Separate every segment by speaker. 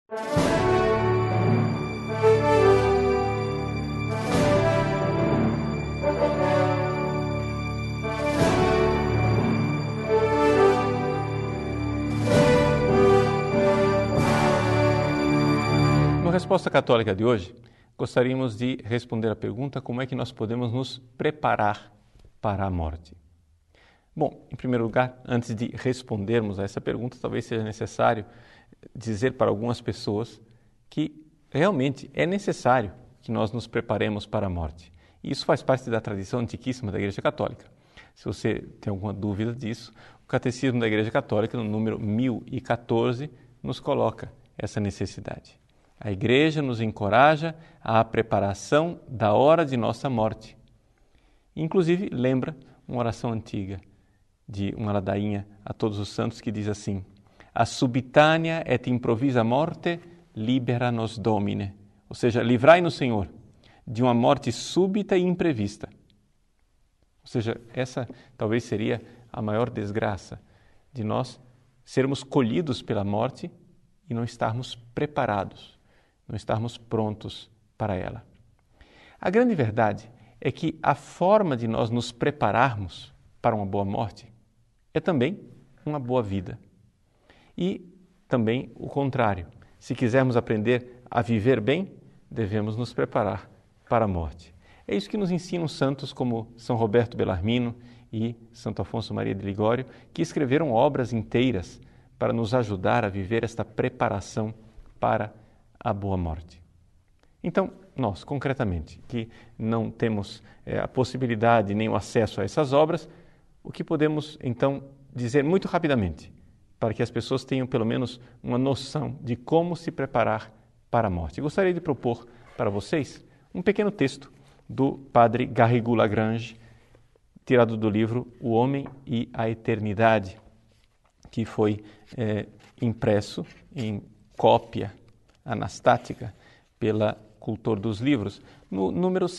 Speaker 1: Na Resposta Católica de hoje, gostaríamos de responder a pergunta: como é que nós podemos nos preparar para a morte? Bom, em primeiro lugar, antes de respondermos a essa pergunta, talvez seja necessário dizer para algumas pessoas que realmente é necessário que nós nos preparemos para a morte. E isso faz parte da tradição antiquíssima da Igreja Católica. Se você tem alguma dúvida disso, o Catecismo da Igreja Católica, no número 1014, nos coloca essa necessidade. A Igreja nos encoraja à preparação da hora de nossa morte. Inclusive, lembra uma oração antiga de uma ladainha a todos os santos que diz assim: a subitânea et improvisa morte libera nos Domine. Ou seja, livrai-nos, Senhor, de uma morte súbita e imprevista. Ou seja, essa talvez seria a maior desgraça de nós sermos colhidos pela morte e não estarmos preparados, não estarmos prontos para ela. A grande verdade é que a forma de nós nos prepararmos para uma boa morte é também uma boa vida. E também o contrário. Se quisermos aprender a viver bem, devemos nos preparar para a morte. É isso que nos ensinam santos como São Roberto Bellarmino e Santo Afonso Maria de Ligório, que escreveram obras inteiras para nos ajudar a viver esta preparação para a boa morte. Então, nós, concretamente, que não temos a possibilidade nem o acesso a essas obras, o que podemos, então, dizer muito rapidamente, para que as pessoas tenham pelo menos uma noção de como se preparar para a morte? Gostaria de propor para vocês um pequeno texto do padre Garrigou-Lagrange, tirado do livro O Homem e a Eternidade, que foi impresso em cópia anastática pela Cultor dos Livros. No número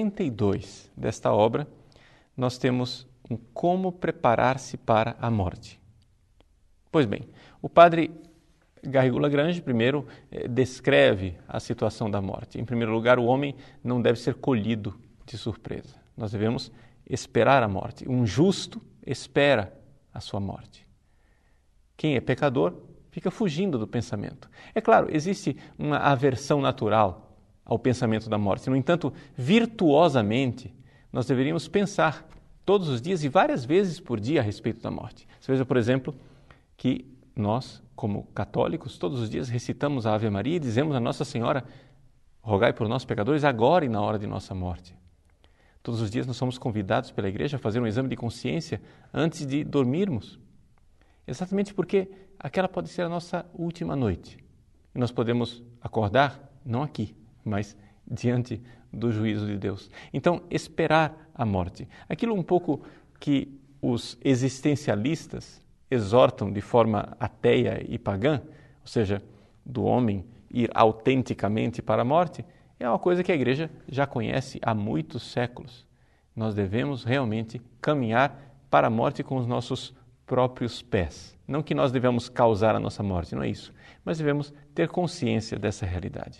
Speaker 1: 72 desta obra, nós temos um como preparar-se para a morte. Pois bem, o padre Garrigou-Lagrange primeiro descreve a situação da morte. Em primeiro lugar, o homem não deve ser colhido de surpresa. Nós devemos esperar a morte. Um justo espera a sua morte. Quem é pecador fica fugindo do pensamento. É claro, existe uma aversão natural ao pensamento da morte. No entanto, virtuosamente, nós deveríamos pensar todos os dias e várias vezes por dia a respeito da morte. Você veja, por exemplo, que nós, como católicos, todos os dias recitamos a Ave Maria e dizemos a Nossa Senhora: rogai por nós, pecadores, agora e na hora de nossa morte. Todos os dias nós somos convidados pela Igreja a fazer um exame de consciência antes de dormirmos. Exatamente porque aquela pode ser a nossa última noite. E nós podemos acordar, não aqui, mas diante do juízo de Deus. Então, esperar a morte. Aquilo um pouco que os existencialistas exortam de forma ateia e pagã, ou seja, do homem ir autenticamente para a morte, é uma coisa que a Igreja já conhece há muitos séculos. Nós devemos realmente caminhar para a morte com os nossos próprios pés. Não que nós devemos causar a nossa morte, não é isso, mas devemos ter consciência dessa realidade.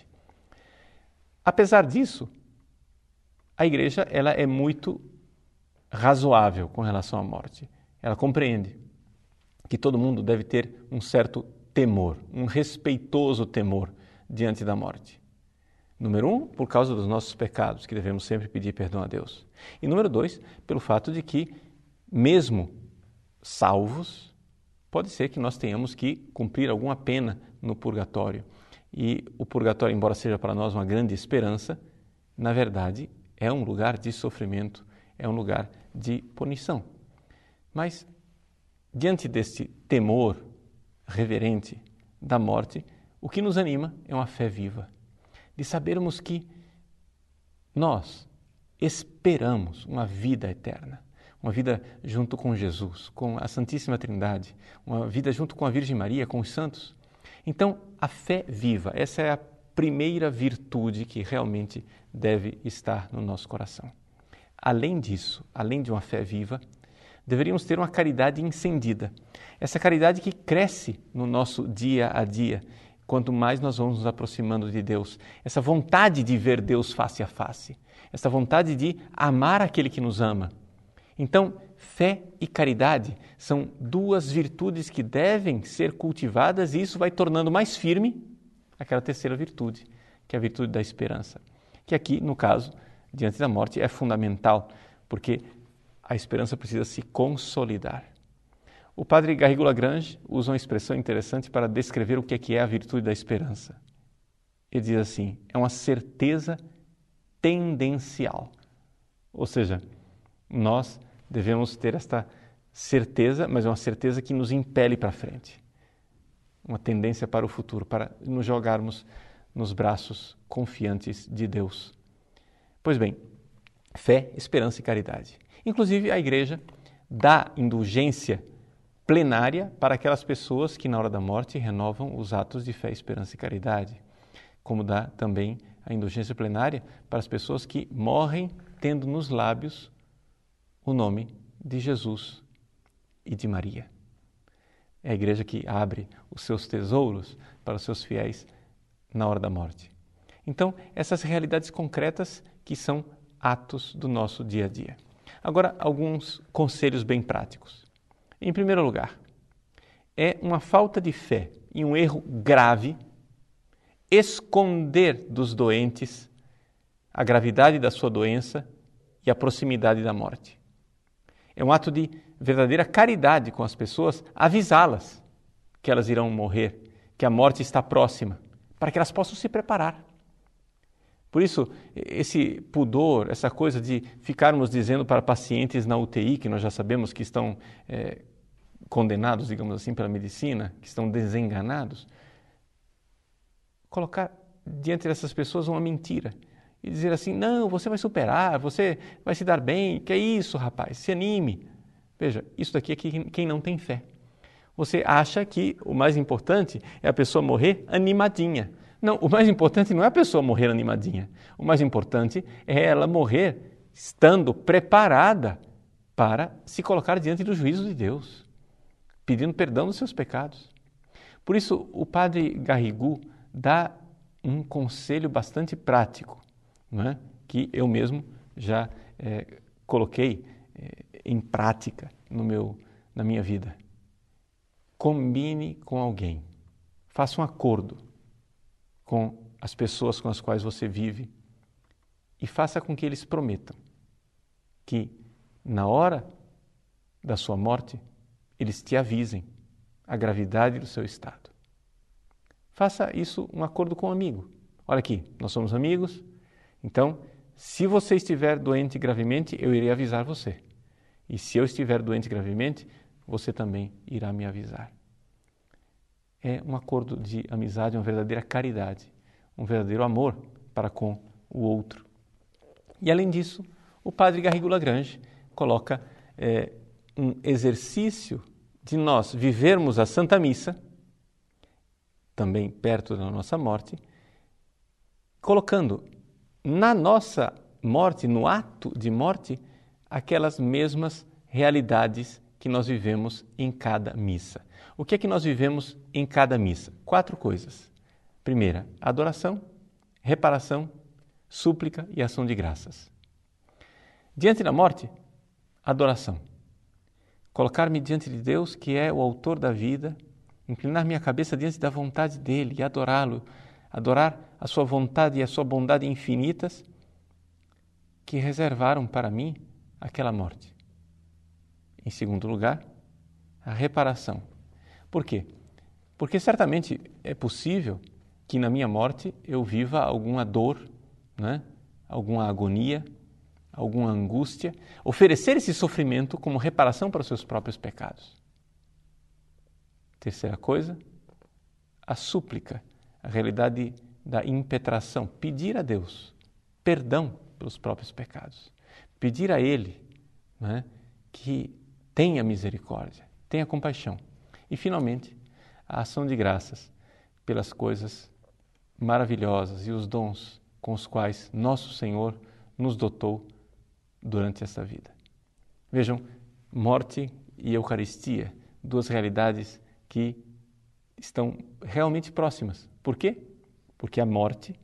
Speaker 1: Apesar disso, a Igreja ela é muito razoável com relação à morte. Ela compreende que todo mundo deve ter um certo temor, um respeitoso temor diante da morte. Número 1, por causa dos nossos pecados, que devemos sempre pedir perdão a Deus. E número 2, pelo fato de que, mesmo salvos, pode ser que nós tenhamos que cumprir alguma pena no purgatório. E o purgatório, embora seja para nós uma grande esperança, na verdade é um lugar de sofrimento, é um lugar de punição. Mas, diante deste temor reverente da morte, o que nos anima é uma fé viva, de sabermos que nós esperamos uma vida eterna, uma vida junto com Jesus, com a Santíssima Trindade, uma vida junto com a Virgem Maria, com os santos. Então, a fé viva, essa é a primeira virtude que realmente deve estar no nosso coração. Além disso, além de uma fé viva, deveríamos ter uma caridade incendida. Essa caridade que cresce no nosso dia a dia, quanto mais nós vamos nos aproximando de Deus. Essa vontade de ver Deus face a face, essa vontade de amar aquele que nos ama. Então, fé e caridade são duas virtudes que devem ser cultivadas e isso vai tornando mais firme aquela terceira virtude, que é a virtude da esperança. Que aqui, no caso, diante da morte, é fundamental, porque a esperança precisa se consolidar. O padre Garrigou-Lagrange usa uma expressão interessante para descrever o que é a virtude da esperança. Ele diz assim, é uma certeza tendencial. Ou seja, nós devemos ter esta certeza, mas é uma certeza que nos impele para frente. Uma tendência para o futuro, para nos jogarmos nos braços confiantes de Deus. Pois bem, fé, esperança e caridade. Inclusive, a Igreja dá indulgência plenária para aquelas pessoas que, na hora da morte, renovam os atos de fé, esperança e caridade. Como dá também a indulgência plenária para as pessoas que morrem tendo nos lábios o nome de Jesus e de Maria. É a Igreja que abre os seus tesouros para os seus fiéis na hora da morte. Então, essas realidades concretas que são atos do nosso dia a dia. Agora, alguns conselhos bem práticos. Em primeiro lugar, é uma falta de fé e um erro grave esconder dos doentes a gravidade da sua doença e a proximidade da morte. É um ato de verdadeira caridade com as pessoas avisá-las que elas irão morrer, que a morte está próxima, para que elas possam se preparar. Por isso, esse pudor, essa coisa de ficarmos dizendo para pacientes na UTI, que nós já sabemos que estão condenados, digamos assim, pela medicina, que estão desenganados, colocar diante dessas pessoas uma mentira e dizer assim, não, você vai superar, você vai se dar bem, que é isso, rapaz, se anime. Veja, isso daqui é quem não tem fé. Você acha que o mais importante é a pessoa morrer animadinha. Não, o mais importante não é a pessoa morrer animadinha. O mais importante é ela morrer estando preparada para se colocar diante do juízo de Deus, pedindo perdão dos seus pecados. Por isso, o padre Garrigou dá um conselho bastante prático, não é? Que eu mesmo já coloquei em prática na minha vida. Combine com alguém, faça um acordo com as pessoas com as quais você vive e faça com que eles prometam que na hora da sua morte eles te avisem a gravidade do seu estado. Faça isso um acordo com um amigo. Olha aqui, nós somos amigos, então se você estiver doente gravemente, eu irei avisar você. E se eu estiver doente gravemente, você também irá me avisar. É um acordo de amizade, uma verdadeira caridade, um verdadeiro amor para com o outro. E além disso, o padre Garrigou-Lagrange coloca um exercício de nós vivermos a Santa Missa, também perto da nossa morte, colocando na nossa morte, no ato de morte, aquelas mesmas realidades que nós vivemos em cada missa. O que é que nós vivemos em cada missa? 4 coisas. Primeira, adoração, reparação, súplica e ação de graças. Diante da morte, adoração. Colocar-me diante de Deus, que é o autor da vida, inclinar minha cabeça diante da vontade dele e adorá-lo, adorar a sua vontade e a sua bondade infinitas que reservaram para mim aquela morte. Em segundo lugar, a reparação. Por quê? Porque certamente é possível que na minha morte eu viva alguma dor, né? Alguma agonia, alguma angústia. Oferecer esse sofrimento como reparação para os seus próprios pecados. Terceira coisa, a súplica, a realidade da impetração. Pedir a Deus perdão pelos próprios pecados. Pedir a Ele, né, que tenha misericórdia, tenha compaixão. E, finalmente, a ação de graças pelas coisas maravilhosas e os dons com os quais nosso Senhor nos dotou durante esta vida. Vejam, morte e Eucaristia, 2 realidades que estão realmente próximas, Por quê? Porque a morte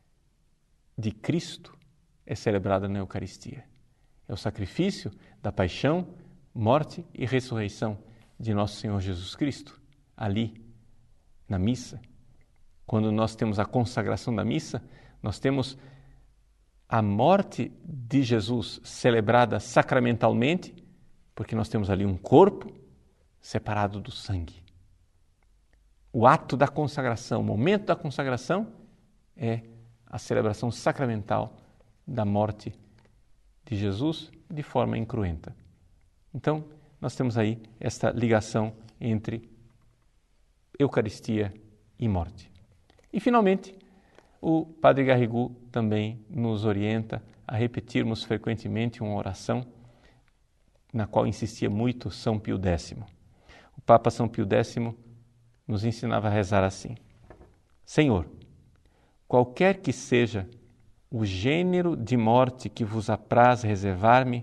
Speaker 1: de Cristo é celebrada na Eucaristia. É o sacrifício da paixão, morte e ressurreição de nosso Senhor Jesus Cristo, ali, na missa. Quando nós temos a consagração da missa, nós temos a morte de Jesus celebrada sacramentalmente, porque nós temos ali um corpo separado do sangue. O ato da consagração, o momento da consagração é a celebração sacramental da morte de Jesus de forma incruenta. Então, nós temos aí esta ligação entre Eucaristia e morte. E, finalmente, o Padre Garrigou também nos orienta a repetirmos frequentemente uma oração na qual insistia muito São Pio X. O Papa São Pio X nos ensinava a rezar assim: Senhor, qualquer que seja o gênero de morte que vos apraz reservar-me,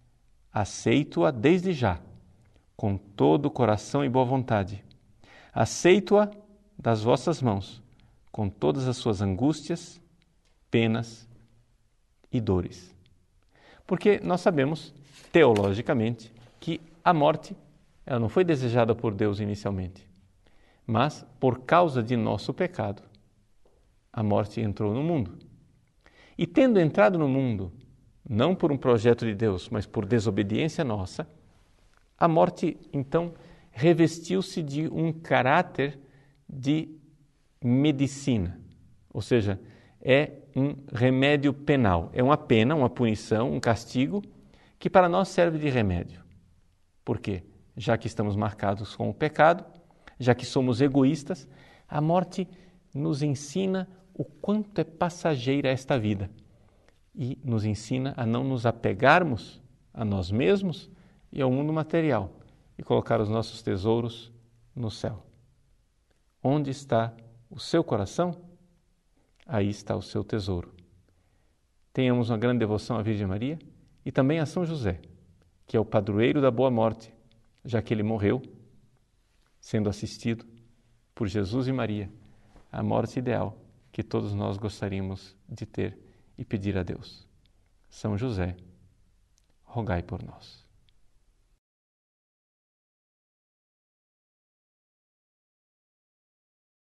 Speaker 1: aceito-a desde já, com todo o coração e boa vontade. Aceito-a das vossas mãos, com todas as suas angústias, penas e dores. Porque nós sabemos, teologicamente, que a morte ela não foi desejada por Deus inicialmente, mas por causa de nosso pecado, a morte entrou no mundo. E tendo entrado no mundo, não por um projeto de Deus, mas por desobediência nossa, a morte, então, revestiu-se de um caráter de medicina, ou seja, é um remédio penal, é uma pena, uma punição, um castigo, que para nós serve de remédio. Por quê? Já que estamos marcados com o pecado, já que somos egoístas, a morte nos ensina o quanto é passageira esta vida e nos ensina a não nos apegarmos a nós mesmos e ao mundo material e colocar os nossos tesouros no céu. Onde está o seu coração? Aí está o seu tesouro. Tenhamos uma grande devoção à Virgem Maria e também a São José, que é o padroeiro da boa morte, já que ele morreu sendo assistido por Jesus e Maria, a morte ideal que todos nós gostaríamos de ter e pedir a Deus. São José, rogai por nós.